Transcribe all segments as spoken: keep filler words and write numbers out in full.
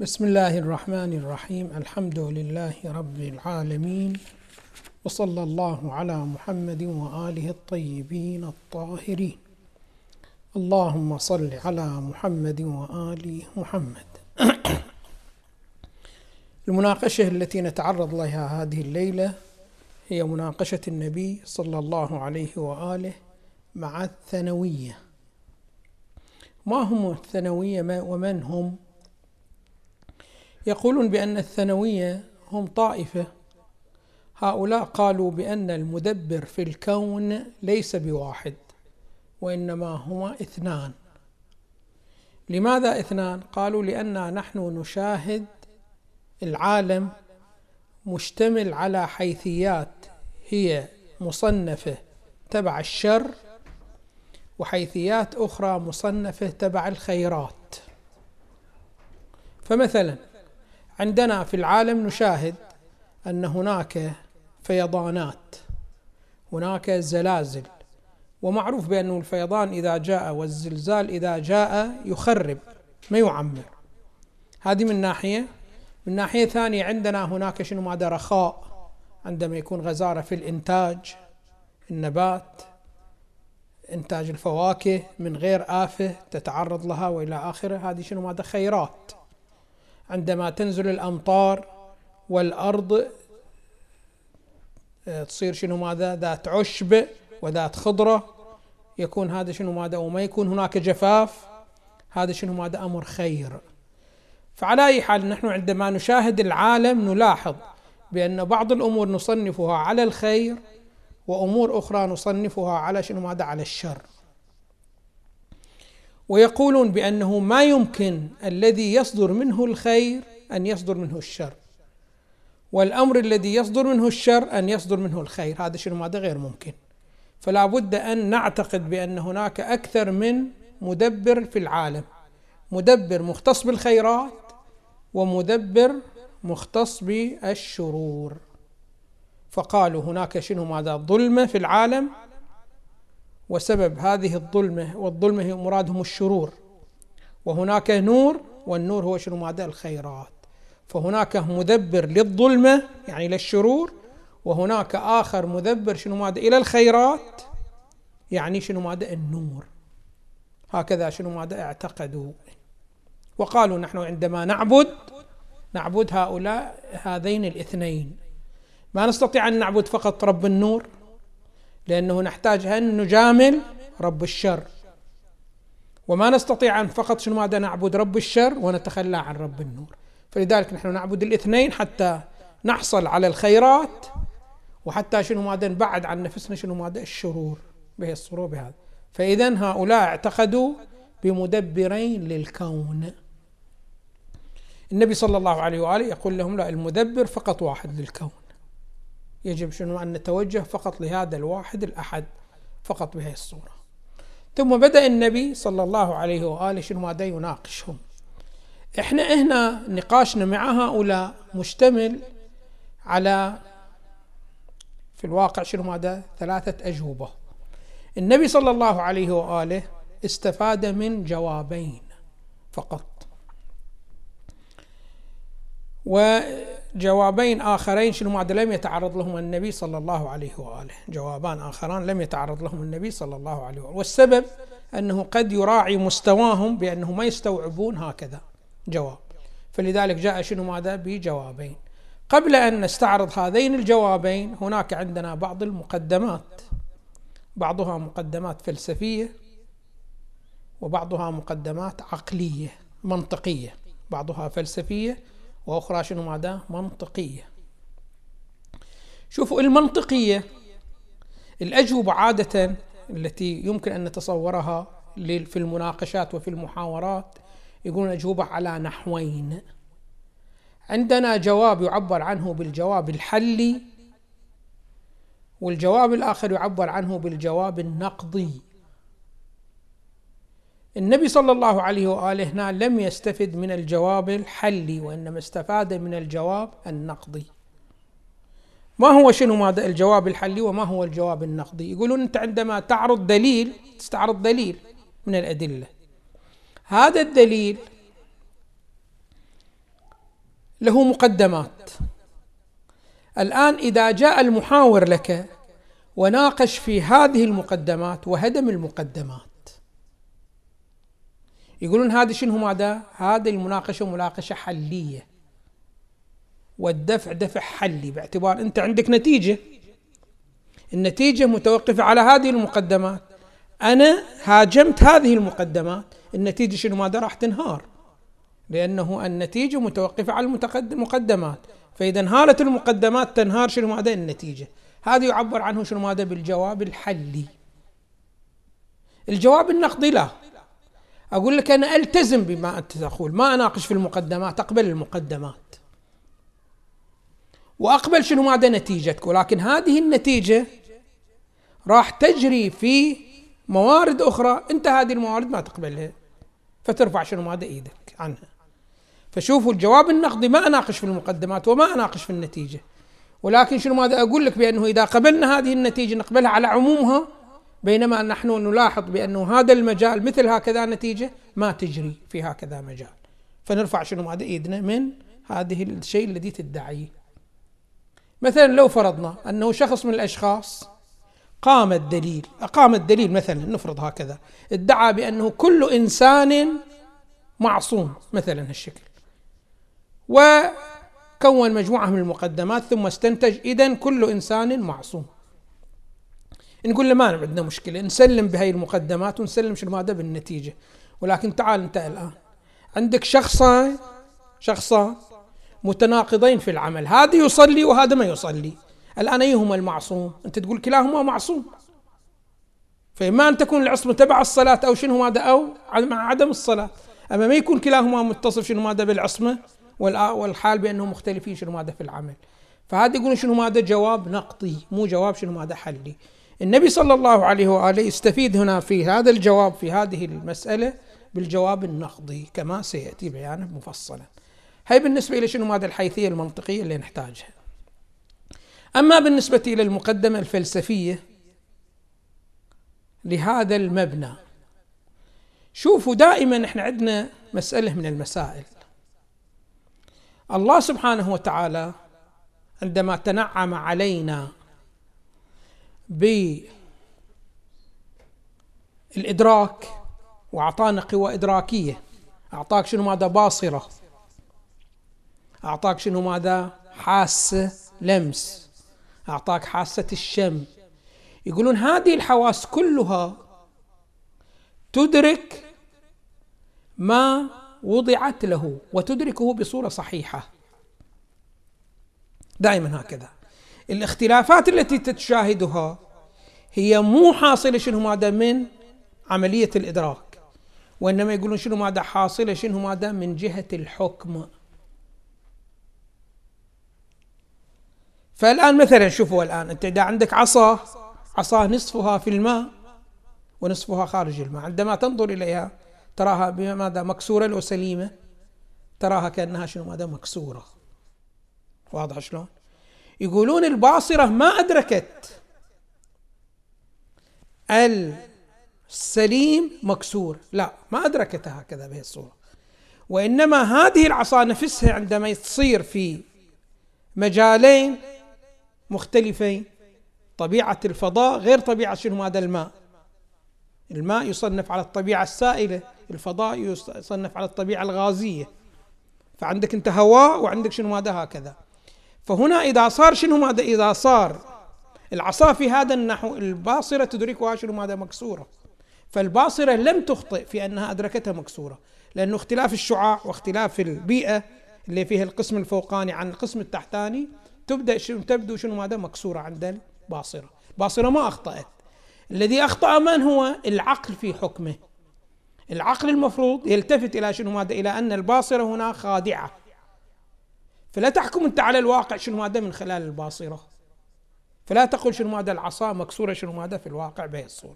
بسم الله الرحمن الرحيم. الحمد لله رب العالمين، وصلى الله على محمد وآله الطيبين الطاهرين. اللهم صل على محمد وآل محمد. المناقشة التي نتعرض لها هذه الليلة هي مناقشة النبي صلى الله عليه وآله مع الثانوية. ما هم الثانوية ومن هم؟ يقولون بأن الثانوية هم طائفة، هؤلاء قالوا بأن المدبر في الكون ليس بواحد، وإنما هما اثنان. لماذا اثنان؟ قالوا لأننا نحن نشاهد العالم مشتمل على حيثيات هي مصنفة تبع الشر، وحيثيات أخرى مصنفة تبع الخيرات. فمثلا عندنا في العالم نشاهد أن هناك فيضانات، هناك زلازل، ومعروف بأن الفيضان إذا جاء والزلزال إذا جاء يخرب ما يعمر. هذه من ناحية. من ناحية ثانية عندنا هناك شنو ماذا رخاء، عندما يكون غزارة في الإنتاج، النبات، إنتاج الفواكه من غير آفة تتعرض لها وإلى آخره، هذه شنو ماذا خيرات. عندما تنزل الأمطار والأرض تصير شنو ماذا ذات عشب وذات خضرة، يكون هذا شنو ماذا، وما يكون هناك جفاف، هذا شنو ماذا أمر خير. فعلى أي حال نحن عندما نشاهد العالم نلاحظ بأن بعض الأمور نصنفها على الخير، وأمور أخرى نصنفها على شنو ماذا على الشر. ويقولون بأنه ما يمكن الذي يصدر منه الخير أن يصدر منه الشر، والأمر الذي يصدر منه الشر أن يصدر منه الخير، هذا شنو ماذا غير ممكن. فلا بد أن نعتقد بأن هناك أكثر من مدبر في العالم، مدبر مختص بالخيرات ومدبر مختص بالشرور. فقالوا هناك شنو ماذا ظلمة في العالم، وسبب هذه الظلمة، والظلمة هي مرادهم الشرور، وهناك نور، والنور هو شنو ماذا الخيرات. فهناك مدبر للظلمة يعني للشرور، وهناك آخر مدبر شنو ماذا إلى الخيرات يعني شنو ماذا النور. هكذا شنو ماذا اعتقدوا. وقالوا نحن عندما نعبد نعبد هؤلاء هذين الاثنين، ما نستطيع أن نعبد فقط رب النور، لأنه نحتاج أن نجامل رب الشر، وما نستطيع أن فقط شنو ماذا نعبد رب الشر ونتخلى عن رب النور. فلذلك نحن نعبد الاثنين حتى نحصل على الخيرات، وحتى شنو ماذا نبعد عن نفسنا شنو ماذا الشرور به الصورة بهذا. فإذا هؤلاء اعتقدوا بمدبرين للكون. النبي صلى الله عليه وآله يقول لهم لا، المدبر فقط واحد للكون، يجب شنو أن نتوجه فقط لهذا الواحد الأحد فقط بهذه الصورة. ثم بدأ النبي صلى الله عليه وآله شنو ماذا يناقشهم. احنا هنا نقاشنا مع هؤلاء مشتمل على في الواقع شنو ماذا ثلاثة أجوبة. النبي صلى الله عليه وآله استفاد من جوابين فقط، وجوابين آخرين شنو ماذا لم يتعرض لهم النبي صلى الله عليه وآله، جوابان آخران لم يتعرض لهم النبي صلى الله عليه وآله. والسبب أنه قد يراعي مستواهم بأنه ما يستوعبون هكذا جواب، فلذلك جاء شنو ماذا بجوابين. قبل أن نستعرض هذين الجوابين هناك عندنا بعض المقدمات، بعضها مقدمات فلسفية، وبعضها مقدمات عقلية منطقية، بعضها فلسفية وأخرى شنو ماذا منطقية. شوفوا المنطقية، الأجوبة عادة التي يمكن أن نتصورها في المناقشات وفي المحاورات يقولون أجوبة على نحوين. عندنا جواب يعبر عنه بالجواب الحلي، والجواب الآخر يعبر عنه بالجواب النقضي. النبي صلى الله عليه وآله هنا لم يستفد من الجواب الحلي، وإنما استفاد من الجواب النقضي. ما هو شنو ماذا الجواب الحلي وما هو الجواب النقضي؟ يقولون أنت عندما تعرض دليل تستعرض دليل من الأدلة، هذا الدليل له مقدمات. الآن إذا جاء المحاور لك وناقش في هذه المقدمات وهدم المقدمات، يقولون هذا شنو ماذا؟ هذه المناقشة مناقشة حلية، والدفع دفع حلي، باعتبار أنت عندك نتيجة، النتيجة متوقفة على هذه المقدمات، أنا هاجمت هذه المقدمات، النتيجة شنو ماذا؟ راح تنهار، لأنه النتيجة متوقفة على المقدمات، فإذا انهارت المقدمات تنهار شنو ماذا؟ النتيجة. هذا يعبر عنه شنو ماذا؟ بالجواب الحلي. الجواب النقدي لا، أقول لك أنا ألتزم بما أنت تقول، ما أناقش في المقدمات، أقبل المقدمات وأقبل شنو ماذا؟ نتيجتك، ولكن هذه النتيجة راح تجري في موارد أخرى، أنت هذه الموارد ما تقبلها، فترفع شنو ماذا؟ إيدك عنها. فشوفوا الجواب النقدي ما أناقش في المقدمات وما أناقش في النتيجة، ولكن شنو ماذا؟ أقول لك بأنه إذا قبلنا هذه النتيجة نقبلها على عمومها، بينما نحن نلاحظ بأنه هذا المجال مثل هكذا نتيجة ما تجري في هكذا مجال، فنرفع شنو ماذا؟ إيدنا من هذه الشيء الذي تدعيه. مثلا لو فرضنا أنه شخص من الأشخاص قام الدليل أقام الدليل مثلا، نفرض هكذا، ادعى بأنه كل إنسان معصوم مثلا هالشكل، وكون مجموعة من المقدمات ثم استنتج إذن كل إنسان معصوم. نقول له ما عندنا مشكلة، نسلم بهاي المقدمات ونسلم شنو ماذا؟ بالنتيجة، ولكن تعال أنت الآن عندك شخصان شخصان متناقضين في العمل، هذا يصلي وهذا ما يصلي، الآن أيهما المعصوم؟ أنت تقول كلاهما معصوم، فإما أن تكون العصمة تبع الصلاة أو شنو ماذا؟ أو مع عدم الصلاة، أما ما يكون كلاهما متصف شنو ماذا؟ بالعصمة، والحال بأنهم مختلفين شنو ماذا؟ في العمل. فهذا يقولون شنو ماذا؟ جواب نقطي، مو جواب شنو ماذا؟ حلي. النبي صلى الله عليه وآله يستفيد هنا في هذا الجواب في هذه المسألة بالجواب النقدي كما سيأتي بيانه مفصلا. هاي بالنسبة إلى شنو ماذا؟ الحيثية المنطقية اللي نحتاجها. أما بالنسبة إلى المقدمة الفلسفية لهذا المبنى، شوفوا دائما احنا عندنا مسألة من المسائل، الله سبحانه وتعالى عندما تنعم علينا بالإدراك وأعطانا قوى إدراكية، أعطاك شنو ماذا؟ باصرة، أعطاك شنو ماذا؟ حاسة لمس، أعطاك حاسة الشم. يقولون هذه الحواس كلها تدرك ما وضعت له وتدركه بصورة صحيحة، دائما هكذا. الاختلافات التي تشاهدها هي مو حاصلة شنو ماذا؟ من عملية الإدراك، وإنما يقولون شنو ماذا؟ حاصلة شنو ماذا؟ من جهة الحكم. فالآن مثلا شوفوا الآن أنت إذا عندك عصا عصا نصفها في الماء ونصفها خارج الماء، عندما تنظر إليها تراها بماذا؟ مكسورة لو سليمة؟ تراها كأنها شنو ماذا؟ مكسورة. واضح شلون؟ يقولون الباصرة ما أدركت السليم مكسور، لا ما أدركتها هكذا بهذه الصورة، وإنما هذه العصا نفسها عندما تصير في مجالين مختلفين، طبيعة الفضاء غير طبيعة شنو هذا؟ الماء. الماء يصنف على الطبيعة السائلة، الفضاء يصنف على الطبيعة الغازية، فعندك انت هواء وعندك شنو هذا؟ هكذا. فهنا إذا صار شنو هذا؟ إذا صار العصا في هذا النحو، الباصرة تدركها شنو هذا؟ مكسورة. فالباصرة لم تخطئ في أنها أدركتها مكسورة، لأنه اختلاف الشعاع واختلاف البيئة اللي فيها القسم الفوقاني عن القسم التحتاني تبدأ شنو تبدو شنو هذا؟ مكسورة عند الباصرة. الباصرة ما أخطأت، الذي أخطأ من هو؟ العقل في حكمه. العقل المفروض يلتفت إلى شنو هذا؟ إلى أن الباصرة هنا خادعة، فلا تحكم أنت على الواقع شنو هذا من خلال الباصرة، فلا تقول شنو هذا؟ العصا مكسورة شنو هذا في الواقع بهذه الصورة.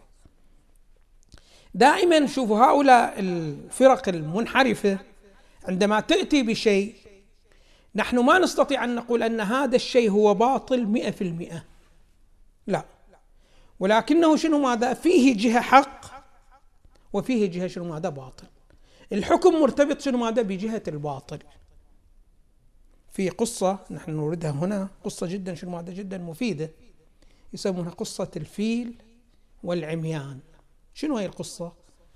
دائما شوفوا هؤلاء الفرق المنحرفة عندما تأتي بشيء نحن ما نستطيع أن نقول أن هذا الشيء هو باطل مئة في المئة، لا، ولكنه شنو ماذا؟ فيه جهة حق وفيه جهة شنو ماذا؟ باطل. الحكم مرتبط شنو ماذا؟ بجهة الباطل. في قصة نحن نوردها هنا، قصة جدا شنو ماذا جدا مفيدة، يسمونها قصة الفيل والعميان. شنو هي القصة؟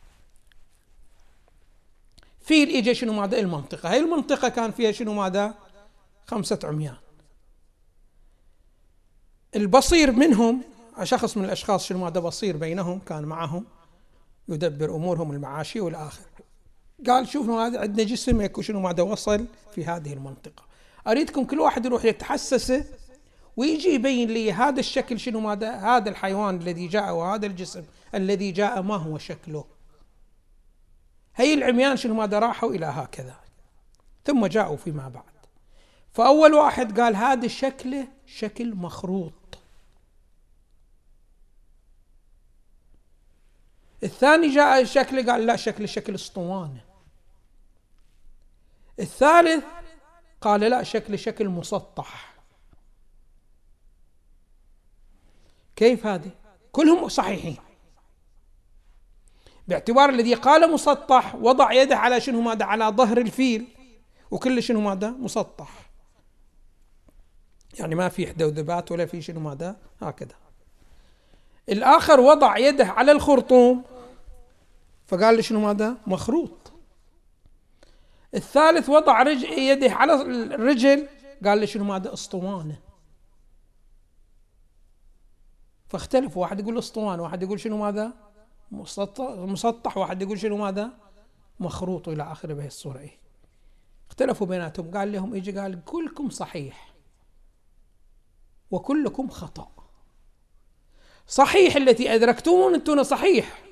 فيل اجى شنو ماذا المنطقة، هاي المنطقة كان فيها شنو ماذا خمسة عميان. البصير منهم شخص من الأشخاص شنو ماذا بصير بينهم، كان معهم يدبر أمورهم المعاشية والآخر، قال شوفوا هذا عندنا جسم هيك شنو ماذا وصل في هذه المنطقة، أريدكم كل واحد يروح يتحسسه ويجي يبين لي هذا الشكل شنو ماذا، هذا الحيوان الذي جاء وهذا الجسم الذي جاء ما هو شكله. هي العميان شنو ماذا راحوا إلى هكذا، ثم جاءوا فيما بعد. فأول واحد قال هذا شكله شكل مخروط، الثاني جاء شكله قال لا شكله شكل اسطوانة، الثالث قال لا شكله شكل مسطح. كيف هذه؟ كلهم صحيحين، باعتبار الذي قال مسطح وضع يده على شنو ماذا، على ظهر الفيل، وكل شنو ماذا مسطح، يعني ما في حدودبات ولا في شنو ماذا هكذا. الآخر وضع يده على الخرطوم فقال لي شنو ماذا مخروط. الثالث وضع رجل يده على الرجل قال لي شنو ماذا اسطوانة. فاختلفوا، واحد يقول اسطوانة، واحد يقول شنو ماذا مسطح، واحد يقول شنو ماذا مخروط إلى آخره بهي الصورة. إيه اختلفوا بيناتهم، قال لهم يجي قال كلكم صحيح وكلكم خطأ. صحيح التي أدركتون أنتم صحيح،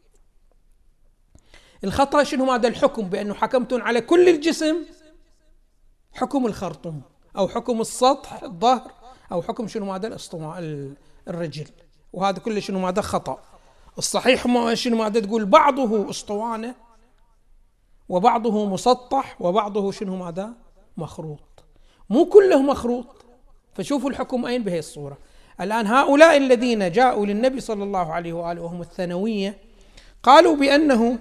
الخطأ شنو ماذا الحكم، بأنه حكمتم على كل الجسم حكم الخرطوم، أو حكم السطح الظهر، أو حكم شنو ماذا الاسطوانة الرجل، وهذا كله شنو ماذا خطأ. الصحيح شنو ماذا تقول بعضه اسطوانة وبعضه مسطح وبعضه شنو ماذا مخروط، مو كله مخروط. فشوفوا الحكم أين بهي الصورة. الآن هؤلاء الذين جاءوا للنبي صلى الله عليه وآله وهم الثانوية قالوا بأنه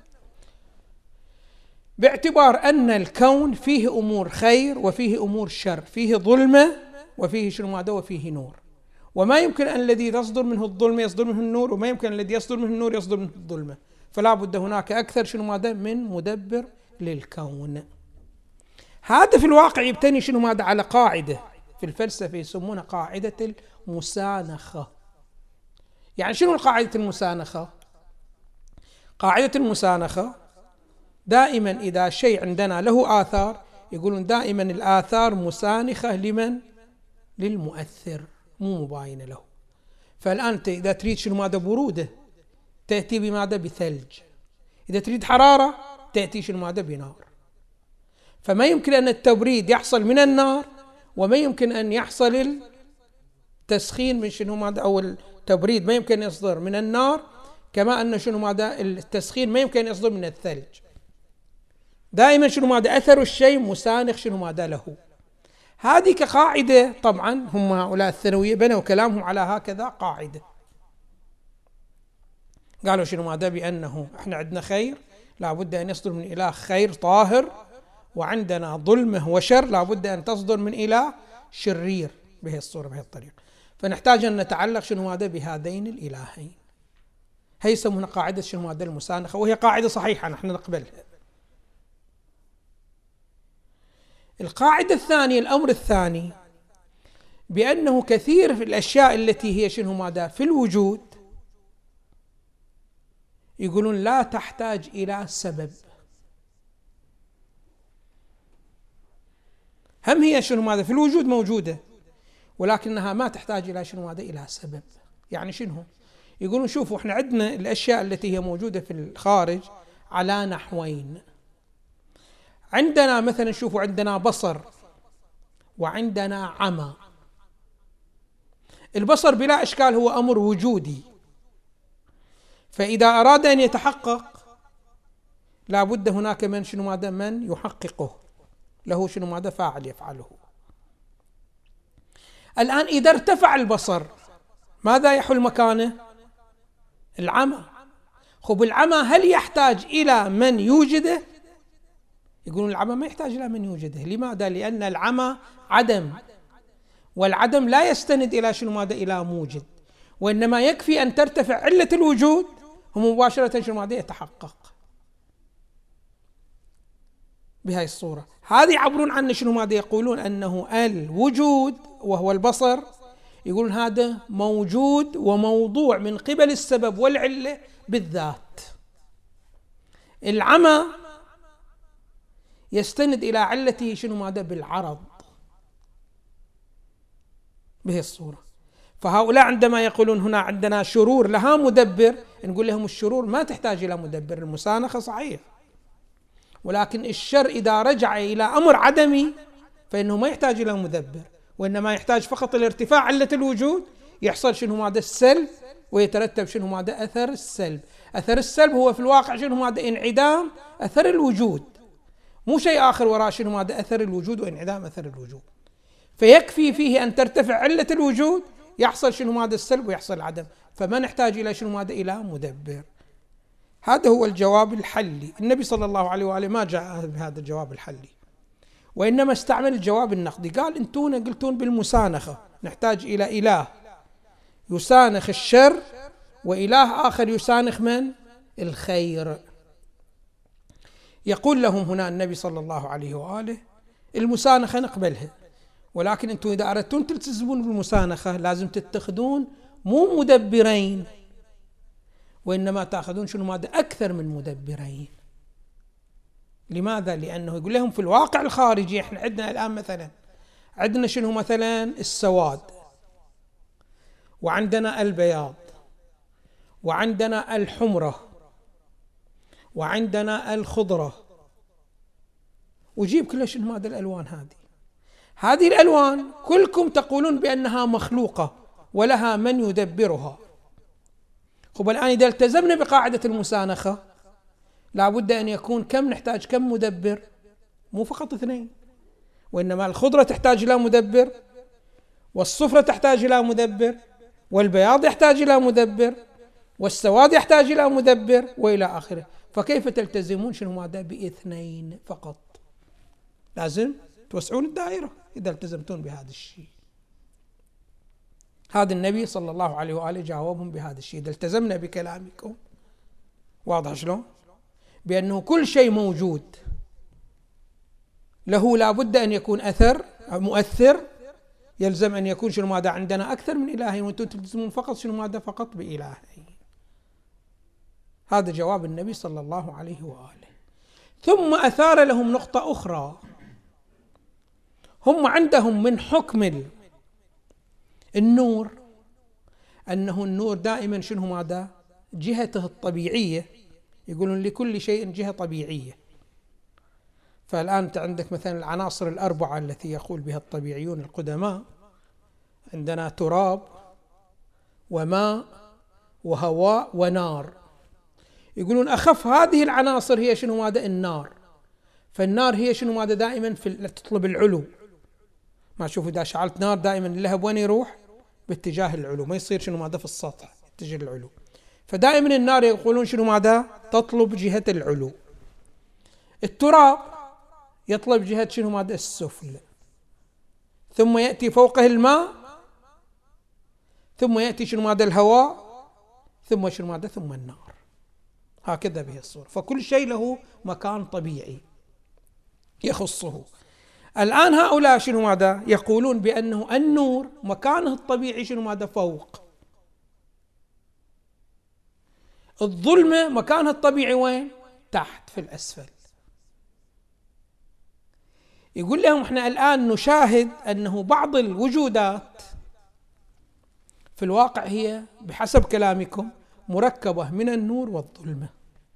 باعتبار أن الكون فيه أمور خير وفيه أمور شر، فيه ظلمة وفيه شنو ماذا وفيه نور، وما يمكن أن الذي يصدر منه الظلمة يصدر منه النور، وما يمكن الذي يصدر منه النور يصدر منه الظلمة، فلا بد هناك أكثر شنو ماذا من مدبر للكون. هذا في الواقع يبتني شنو ماذا على قاعدة في الفلسفة يسمونها قاعدة المسانخة. يعني شنو قاعدة المسانخة؟ قاعدة المسانخة دائما إذا شيء عندنا له آثار يقولون دائما الآثار مسانخة لمن؟ للمؤثر، مو مباينة له. فالآن إذا تريد شنو ماذا برودة تأتي بماذا بثلج، إذا تريد حرارة تأتي شنو ماذا بنار. فما يمكن أن التبريد يحصل من النار، وما يمكن أن يحصل التسخين من شنو ماذا، أو التبريد ما يمكن أن يصدر من النار، كما أن شنو ماذا التسخين ما يمكن أن يصدر من الثلج. دائما شنو ماذا أثر الشيء مسانخ شنو ماذا له. هذه كقاعدة، طبعا هم هؤلاء الثانوية بنوا كلامهم على هكذا قاعدة، قالوا شنو ماذا بأنه احنا عندنا خير لابد أن يصدر من إله خير طاهر، وعندنا ظلمه وشر لابد أن تصدر من إله شرير بهذه الصورة بهذه الطريقة. فنحتاج أن نتعلق شنو ماذا بهذين الإلهين. هي يسمونها قاعدة شنو ماذا المسانخة، وهي قاعدة صحيحة نحن نقبلها. القاعدة الثانية، الأمر الثاني، بأنه كثير في الأشياء التي هي شنو ماذا في الوجود يقولون لا تحتاج إلى سبب. هم هي شنو ماذا في الوجود موجودة، ولكنها ما تحتاج إلى شنو ماذا إلى سبب. يعني شنو؟ يقولون شوفوا احنا عندنا الأشياء التي هي موجودة في الخارج على نحوين. عندنا مثلا شوفوا عندنا بصر وعندنا عمى. البصر بلا إشكال هو أمر وجودي، فإذا أراد أن يتحقق لابد هناك من شنو ماذا من يحققه، له شنو ماذا فاعل يفعله. الآن إذا ارتفع البصر ماذا يحل مكانه؟ العمى. خب العمى هل يحتاج إلى من يوجده؟ يقولون العمى ما يحتاج إلى من يوجده. لماذا؟ لأن العمى عدم، والعدم لا يستند إلى شنو ماذا؟ إلى موجد، وإنما يكفي أن ترتفع علة الوجود ومباشرة شنو ماذا؟ يتحقق بهاي الصورة. هذه يعبرون عنه شنو ماذا؟ يقولون أنه الوجود وهو البصر، يقولون هذا موجود وموضوع من قبل السبب والعلة بالذات. العمى يستند إلى علته شنو ماذا؟ بالعرض بهي الصورة. فهؤلاء عندما يقولون هنا عندنا شرور لها مدبر، نقول لهم الشرور ما تحتاج إلى مدبر. المسانخة صحيح، ولكن الشر إذا رجع إلى أمر عدمي فإنه ما يحتاج إلى مدبر، وإنما يحتاج فقط الارتفاع علة الوجود، يحصل شنو ماذا؟ السلب، ويترتب شنو ماذا؟ أثر السلب. أثر السلب هو في الواقع شنو ماذا؟ انعدام أثر الوجود، مو شيء آخر وراء شنو ماذا؟ أثر الوجود وانعدام أثر الوجود. فيكفي فيه أن ترتفع علة الوجود، يحصل شنو ماذا؟ السلب ويحصل العدم، فما نحتاج إلى شنو ماذا؟ إلى مدبر. هذا هو الجواب الحلي. النبي صلى الله عليه وآله ما جاء بهذا الجواب الحلي، وإنما استعمل الجواب النقدي. قال أنتون قلتون بالمسانخة نحتاج إلى إله يسانخ الشر وإله آخر يسانخ من؟ الخير. يقول لهم هنا النبي صلى الله عليه وآله المسانخة نقبلها، ولكن أنتم إذا أردتون تلتزمون بالمسانخة لازم تتخذون مو مدبرين، وإنما تأخذون شنو ماذا؟ أكثر من مدبرين. لماذا؟ لأنه يقول لهم في الواقع الخارجي إحنا عندنا الآن مثلا عندنا شنو مثلا؟ السواد، وعندنا البياض، وعندنا الحمرة، وعندنا الخضرة، وجيب كل شنو ماذا؟ الألوان هذه. هذه الألوان كلكم تقولون بأنها مخلوقة ولها من يدبرها. خب الآن إذا التزمنا بقاعدة المسانخة لابد أن يكون كم نحتاج؟ كم مدبر؟ مو فقط اثنين، وإنما الخضرة تحتاج إلى مدبر، والصفرة تحتاج إلى مدبر، والبياض يحتاج إلى مدبر، والسواد يحتاج إلى مدبر، وإلى آخره. فكيف تلتزمون شنو ماذا؟ باثنين فقط. لازم توسعون الدائرة إذا التزمتون بهذا الشيء. هذا النبي صلى الله عليه وآله جاوبهم بهذا الشيء. إذا التزمنا بكلامكم، واضح شلون؟ بأنه كل شيء موجود له لابد أن يكون أثر مؤثر، يلزم أن يكون شنو ماذا؟ عندنا أكثر من إلهين، وأنتم تلتزمون فقط شنو ماذا؟ فقط بإلهين. هذا جواب النبي صلى الله عليه وآله. ثم أثار لهم نقطة أخرى. هم عندهم من حكم النور أنه النور دائما شنو ماذا؟ جهته الطبيعية. يقولون لكل شيء جهة طبيعية. فالآن أنت عندك مثلا العناصر الأربعة التي يقول بها الطبيعيون القدماء، عندنا تراب وماء وهواء ونار. يقولون أخف هذه العناصر هي شنو ماذا؟ النار. فالنار هي شنو ماذا؟ دائما في تطلب العلو. ما شوفوا إذا شعلت نار دائما اللهب وين يروح؟ باتجاه العلو، ما يصير شنو ماذا؟ في السطح، يتجه العلو. فدائما النار يقولون شنو ماذا؟ تطلب جهة العلو. التراب يطلب جهة شنو ماذا؟ السفل. ثم يأتي فوقه الماء، ثم يأتي شنو ماذا؟ الهواء، ثم شنو ماذا؟ ثم النار. هكذا به الصورة. فكل شيء له مكان طبيعي يخصه. الآن هؤلاء شنو ماذا؟ يقولون بأنه النور مكانه الطبيعي شنو ماذا؟ فوق. الظلمة مكانها الطبيعي وين؟ تحت في الأسفل. يقول لهم احنا الآن نشاهد أنه بعض الوجودات في الواقع هي بحسب كلامكم مركبة من النور والظلمة.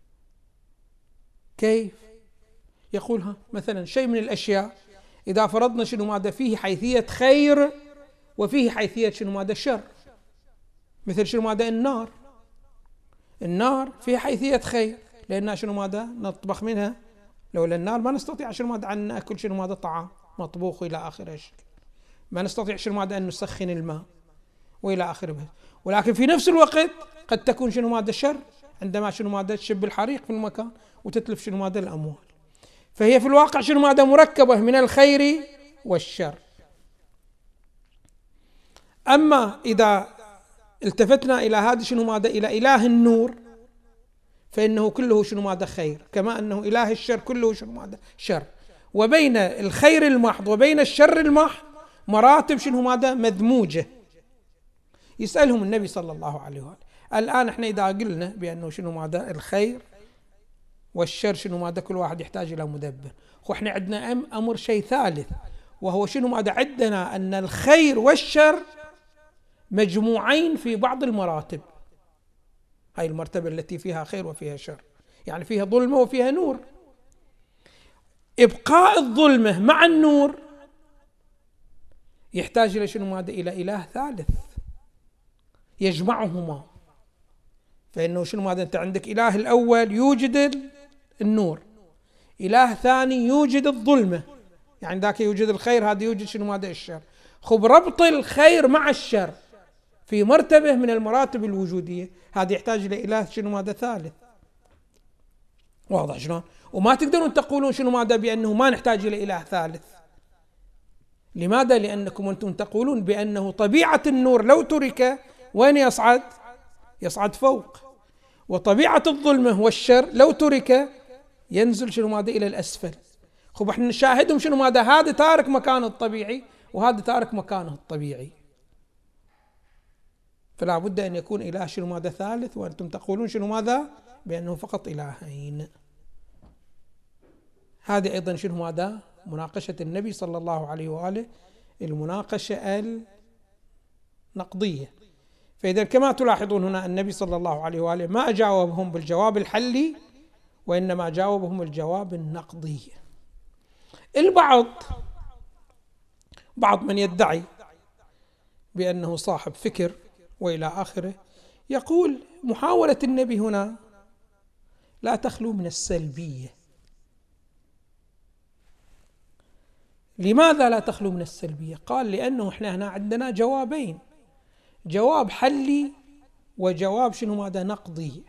كيف؟ يقولها مثلا شيء من الأشياء إذا فرضنا شنو ماذا؟ فيه حيثية خير وفيه حيثية شنو ماذا؟ شر. مثل شنو ماذا؟ النار. النار فيها حيثية خير لأنها شنو ماذا؟ نطبخ منها. لولا النار ما نستطيع شنو ماذا؟ أن نأكل شنو ماذا؟ طعام مطبوخ إلى آخره. ما نستطيع شنو ماذا؟ أن نسخن الماء وإلى آخره. ولكن في نفس الوقت قد تكون شنو ماذا؟ شر، عندما شنو ماذا؟ تشب الحريق في المكان وتتلف شنو ماذا؟ الأموال. فهي في الواقع شنو ماذا؟ مركبة من الخير والشر. أما إذا التفتنا إلى هذا شنو ماذا؟ إلى إله النور، فإنه كله شنو ماذا؟ خير، كما أنه إله الشر كله شنو ماذا؟ شر. وبين الخير المحض وبين الشر المحض مراتب شنو ماذا؟ مدموجة. يسألهم النبي صلى الله عليه وآله: الآن احنا إذا قلنا بأنه شنو ماذا؟ الخير والشر شنو ماذا؟ كل واحد يحتاج إلى مدبر، واحنا عندنا أمر شيء ثالث، وهو شنو ماذا؟ عندنا أن الخير والشر مجموعين في بعض المراتب. هاي المرتبة التي فيها خير وفيها شر، يعني فيها ظلمة وفيها نور. إبقاء الظلمة مع النور يحتاج إلى شنو ماذا؟ إلى إله ثالث يجمعهما. فإنه شنو ماذا؟ أنت عندك إله الأول يوجد النور، إله ثاني يوجد الظلمة، يعني ذاك يوجد الخير، هذا يوجد شنو ماذا؟ الشر. خب ربط الخير مع الشر في مرتبة من المراتب الوجودية، هذا يحتاج إلى إله شنو ماذا؟ ثالث. واضح شلون؟ وما تقدرون تقولون شنو ماذا؟ بأنه ما نحتاج إلى إله ثالث. لماذا؟ لأنكم أنتم تقولون بأنه طبيعة النور لو ترك وين يصعد؟ يصعد فوق. وطبيعة الظلمة والشر لو ترك ينزل شنو ماذا؟ إلى الأسفل. خب احنا نشاهدهم شنو ماذا؟ هذا تارك مكانه الطبيعي وهذا تارك مكانه الطبيعي، فلا بد أن يكون إله شنو ماذا؟ ثالث. وأنتم تقولون شنو ماذا؟ بأنه فقط إلهين. هذه أيضا شنو ماذا؟ مناقشة النبي صلى الله عليه وآله، المناقشة النقضية. فإذا كما تلاحظون هنا النبي صلى الله عليه وآله ما أجاوبهم بالجواب الحلي، وإنما جاوبهم الجواب النقضي. البعض بعض من يدعي بأنه صاحب فكر وإلى آخره يقول محاولة النبي هنا لا تخلو من السلبية. لماذا لا تخلو من السلبية؟ قال لأنه احنا هنا عندنا جوابين، جواب حلي وجواب شنو ماذا؟ نقضي.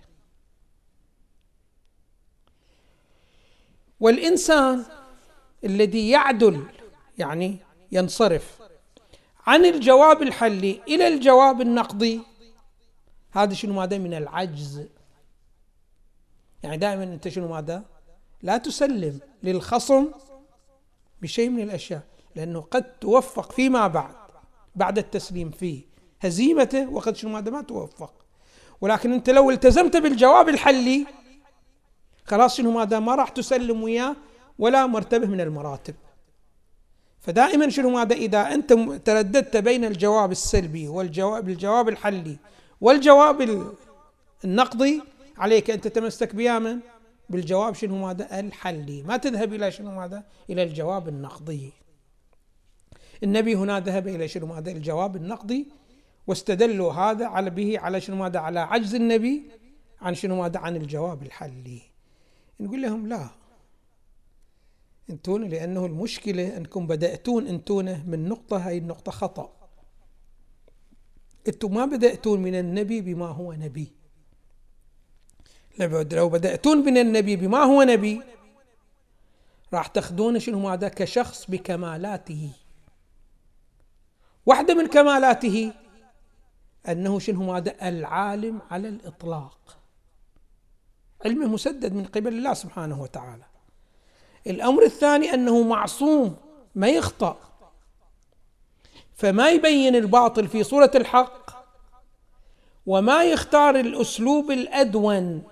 والإنسان الذي يعدل يعني ينصرف عن الجواب الحلي إلى الجواب النقضي، هذا شنو ماذا؟ من العجز. يعني دائما أنت شنو ماذا؟ لا تسلم للخصم بشيء من الأشياء، لأنه قد توفق فيما بعد بعد التسليم فيه هزيمته، وقد شنو ماذا؟ ما توفق. ولكن أنت لو التزمت بالجواب الحلي خلاص شنو ماذا؟ ما راح تسلم وياه ولا مرتبة من المراتب. فدائما شنو ماذا؟ إذا أنت ترددت بين الجواب السلبي والجواب الجواب الحلي والجواب النقضي، عليك أن تتمسك بيامن بالجواب شنو ماذا؟ الحلي، ما تذهب إلى شنو ماذا؟ إلى الجواب النقضي. النبي هنا ذهب إلى شنو ماذا؟ الجواب النقضي، واستدلوا هذا على به على شنو ماذا؟ على عجز النبي عن شنو ماذا؟ عن الجواب الحلي. نقول لهم لا، انتون لأنه المشكلة أنكم بدأتون انتون من نقطة، هاي النقطة خطأ. انتم ما بدأتون من النبي بما هو نبي. لو بدأتون من النبي بما هو نبي راح تاخذون شنو ماذا؟ كشخص بكمالاته. واحدة من كمالاته أنه شنو ماذا؟ العالم على الإطلاق، علمه مسدد من قبل الله سبحانه وتعالى. الأمر الثاني أنه معصوم ما يخطأ، فما يبين الباطل في صورة الحق، وما يختار الأسلوب الأدون،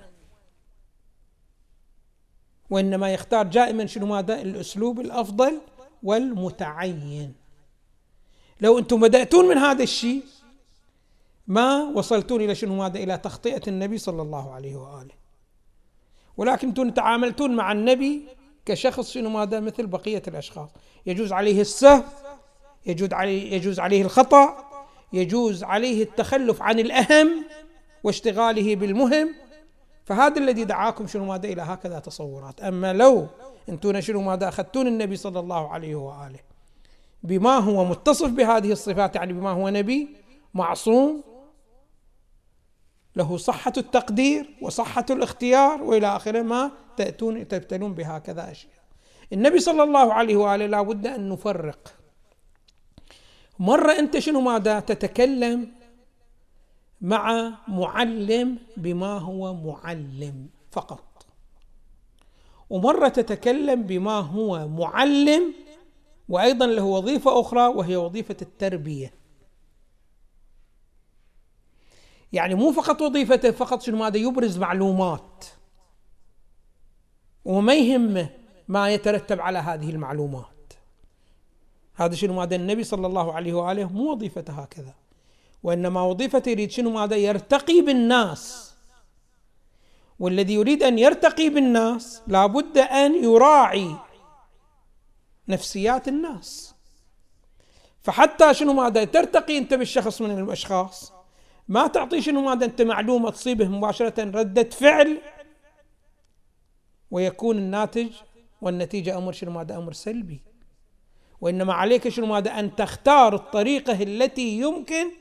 وإنما يختار دائما شنو ماذا؟ الأسلوب الأفضل والمتعين. لو أنتم بدأتون من هذا الشيء ما وصلتون إلى شنو ماذا؟ إلى تخطئة النبي صلى الله عليه وآله. ولكن أنتم تعاملتون مع النبي كشخص شنو ماذا؟ مثل بقية الأشخاص، يجوز عليه السهو، يجوز عليه يجوز عليه الخطأ، يجوز عليه التخلف عن الأهم واشتغاله بالمهم. فهذا الذي دعاكم شنو ماذا؟ إلى هكذا تصورات. أما لو أنتم شنو ماذا؟ أخذتون النبي صلى الله عليه وآله بما هو متصف بهذه الصفات، يعني بما هو نبي معصوم له صحة التقدير وصحة الاختيار وإلى آخره، ما تأتون تبتلون بهكذا أشياء. النبي صلى الله عليه وآله لا بد أن نفرق. مرة أنت شنو ماذا تتكلم مع معلم بما هو معلم فقط، ومرة تتكلم بما هو معلم وأيضا له وظيفة أخرى وهي وظيفة التربية. يعني مو فقط وظيفته فقط شنو ماذا يبرز معلومات وما يهمه ما يترتب على هذه المعلومات. هذا شنو ماذا النبي صلى الله عليه وآله مو وظيفته هكذا، وإنما وظيفته يريد شنو ماذا يرتقي بالناس، والذي يريد أن يرتقي بالناس لابد أن يراعي نفسيات الناس. فحتى شنو ماذا ترتقي أنت بالشخص من الأشخاص ما تعطي شنو ماذا أنت معلومة تصيبه مباشرة ردة فعل ويكون الناتج والنتيجة أمر شنو ماذا أمر سلبي، وإنما عليك شنو ماذا أن تختار الطريقة التي يمكن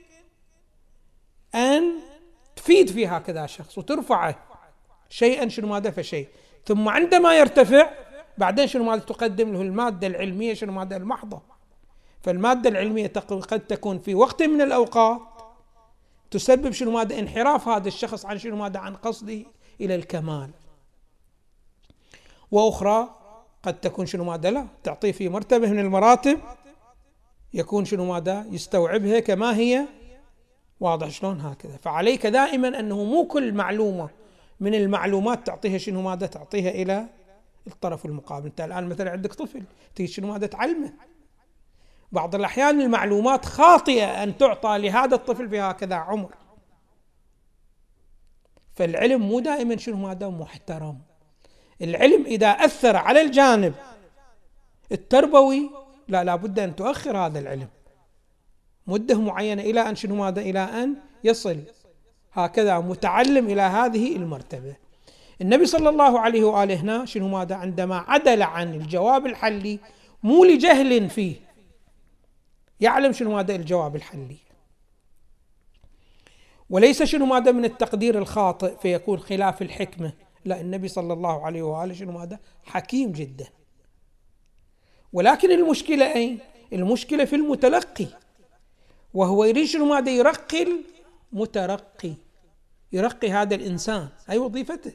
أن تفيد فيها هكذا شخص وترفعه شيئا شنو ماذا فشيء، ثم عندما يرتفع بعدين شنو ماذا تقدم له المادة العلمية شنو ماذا المحضة. فالمادة العلمية قد تكون في وقت من الأوقات تسبب شنو ماذا انحراف هذا الشخص عن شنو ماذا عن قصده إلى الكمال، وأخرى قد تكون شنو ماذا لا تعطيه في مرتبة من المراتب يكون شنو ماذا يستوعبها كما هي، واضح شلون هكذا. فعليك دائما أنه مو كل معلومة من المعلومات تعطيها شنو ماذا تعطيها إلى الطرف المقابل. أنت الآن مثلا عندك طفل تيجي شنو ماذا تعلمه، بعض الأحيان المعلومات خاطئة أن تعطى لهذا الطفل في هكذا عمر. فالعلم مو دائما شنو ماذا محترم. العلم إذا أثر على الجانب التربوي لا لابد أن تؤخر هذا العلم مدة معينة إلى أن شنو ماذا إلى أن يصل هكذا متعلم إلى هذه المرتبة. النبي صلى الله عليه وآله هنا شنو ماذا عندما عدل عن الجواب الحلي مو لجهل فيه، يعلم شنو ماذا الجواب الحلي، وليس شنو ماذا من التقدير الخاطئ فيكون خلاف الحكمة. لا، النبي صلى الله عليه وآله شنو ماذا حكيم جدا. ولكن المشكلة أين؟ المشكلة في المتلقي، وهو يريد شنو ماذا يرقي المترقي، يرقي هذا الإنسان. أي وظيفته؟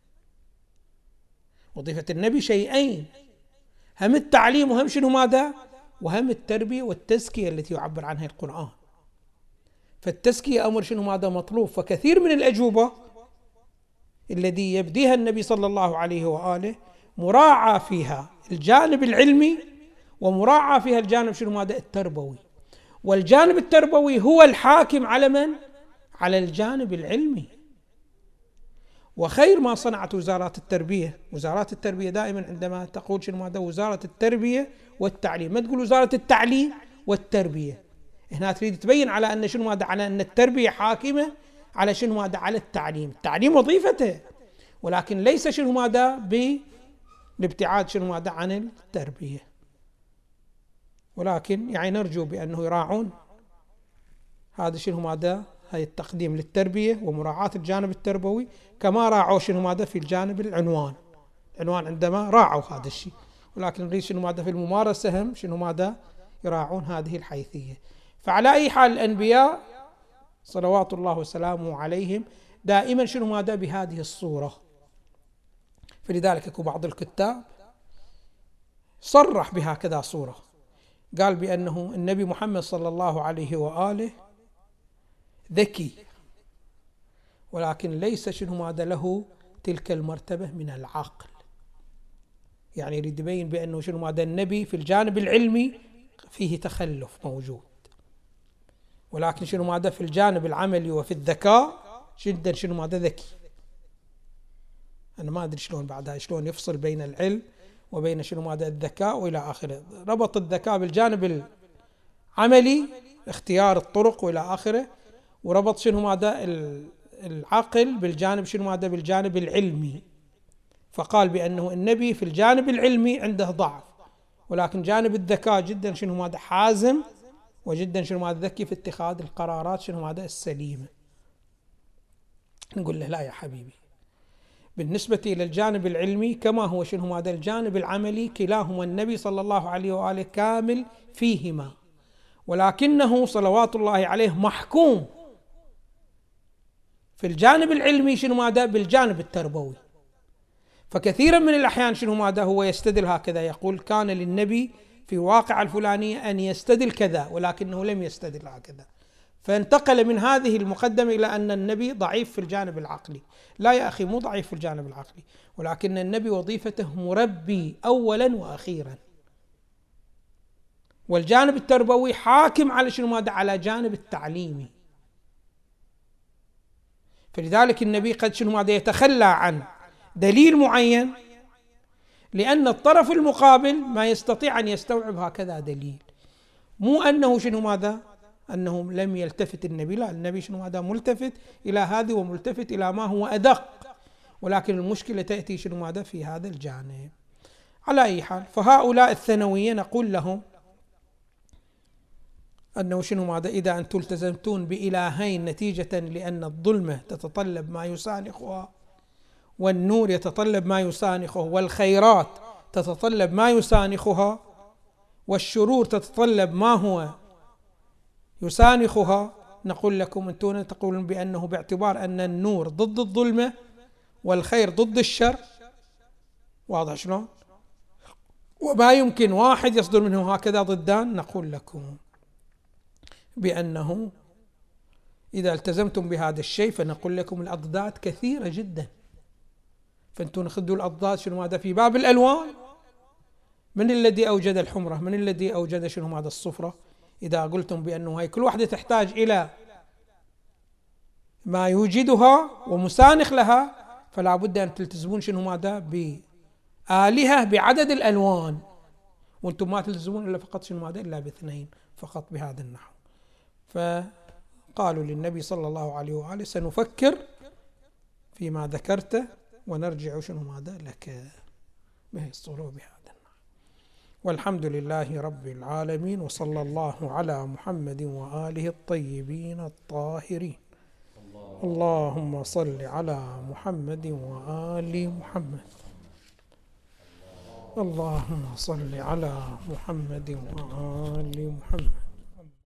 وظيفة النبي شيئين، هم التعليم وهم شنو ماذا وهم التربية والتزكية التي يعبر عنها القرآن. فالتزكية أمر شنو ماذا مطلوب. فكثير من الأجوبة الذي يبديها النبي صلى الله عليه وآله مراعى فيها الجانب العلمي ومراعى فيها الجانب شنو ماذا التربوي، والجانب التربوي هو الحاكم على من؟ على الجانب العلمي. وخير ما صنعت وزارات التربية، وزارات التربية دائما عندما تقول شنو ماذا وزارة التربية والتعليم ما تقول وزارة التعليم والتربية. هنا تريد تبين على أن شنو ماذا على أن التربية حاكمة على شنو ماذا على التعليم. التعليم وظيفته ولكن ليس شنو ماذا بالابتعاد شنو ماذا عن التربية. ولكن يعني نرجو بأنه يراعون هذا شنو ماذا هي التقديم للتربية ومراعاة الجانب التربوي كما راعوا شنو ماذا في الجانب العنوان. العنوان عندما راعوا هذا الشيء، ولكن نريد شنو ماذا في الممارسة هم شنو ماذا يراعون هذه الحيثية. فعلى أي حال الأنبياء صلوات الله وسلامه عليهم دائما شنو ماذا بهذه الصورة. فلذلك اكو بعض الكتاب صرح بهكذا صورة، قال بأنه النبي محمد صلى الله عليه وآله ذكي ولكن ليس شنو ماذا له تلك المرتبة من العقل. يعني يريد يبين بأنه شنو ماذا النبي في الجانب العلمي فيه تخلف موجود، ولكن شنو ماذا في الجانب العملي وفي الذكاء جدا شنو ماذا ذكي. أنا ما أدري شلون بعدها شلون يفصل بين العلم وبين شنو ماذا الذكاء وإلى آخره. ربط الذكاء بالجانب العملي اختيار الطرق وإلى آخره، وربط شنو ماذا العقل بالجانب شنو ماذا بالجانب العلمي. فقال بأنه النبي في الجانب العلمي عنده ضعف، ولكن جانب الذكاء جدا شنو ماذا حازم وجدا شنو ماذا ذكي في اتخاذ القرارات شنو ماذا السليمة. نقول له لا يا حبيبي، بالنسبة إلى الجانب العلمي كما هو شنو هذا الجانب العملي، كلاهما النبي صلى الله عليه وآله كامل فيهما، ولكنه صلوات الله عليه محكوم في الجانب العلمي شنو هذا بالجانب التربوي. فكثيرا من الأحيان شنو هذا هو يستدل هكذا، يقول كان للنبي في واقع الفلانية أن يستدل كذا ولكنه لم يستدل هكذا، فانتقل من هذه المقدمة إلى أن النبي ضعيف في الجانب العقلي. لا يا أخي، مو ضعيف في الجانب العقلي، ولكن النبي وظيفته مربي أولا وأخيرا، والجانب التربوي حاكم على شنو ماذا على جانب التعليمي. فلذلك النبي قد شنو ماذا يتخلى عن دليل معين لأن الطرف المقابل ما يستطيع أن يستوعب هكذا دليل، مو أنه شنو ماذا أنه لم يلتفت النبي، لا، النبي شنو ماذا ملتفت إلى هذه وملتفت إلى ما هو أدق، ولكن المشكلة تأتي شنو ماذا في هذا الجانب. على أي حال، فهؤلاء الثانوية نقول لهم أنه شنو ماذا إذا أنتم التزمتون بإلهين نتيجة لأن الظلمة تتطلب ما يسانخها والنور يتطلب ما يسانخه، والخيرات تتطلب ما يسانخها والشرور تتطلب ما هو يسانخها، نقول لكم أنتم تقولون بأنه باعتبار أن النور ضد الظلمة والخير ضد الشر، واضح شلون؟ وما يمكن واحد يصدر منه هكذا ضدان، نقول لكم بأنه إذا التزمتم بهذا الشيء فنقول لكم الأضداد كثيرة جدا، فأنتم خذوا الأضداد شنو هذا في باب الألوان. من الذي أوجد الحمرة؟ من الذي أوجد شنو هذا الصفرة؟ إذا قلتم بأنه هاي كل واحدة تحتاج إلى ما يوجدها ومسانخ لها، فلا بد أن تلتزمون شنو ماذا بآلهة بعدد الألوان، وأنتم ما تلتزمون إلا فقط شنو ماذا إلا باثنين فقط بهذا النحو. فقالوا للنبي صلى الله عليه وآله سنفكر فيما ذكرته ونرجع شنو ماذا لك بهذه الصورة وبهذا النحو. والحمد لله رب العالمين، وصلى الله على محمد وآله الطيبين الطاهرين. اللهم صل على محمد وآل محمد. اللهم صل على محمد وآل محمد.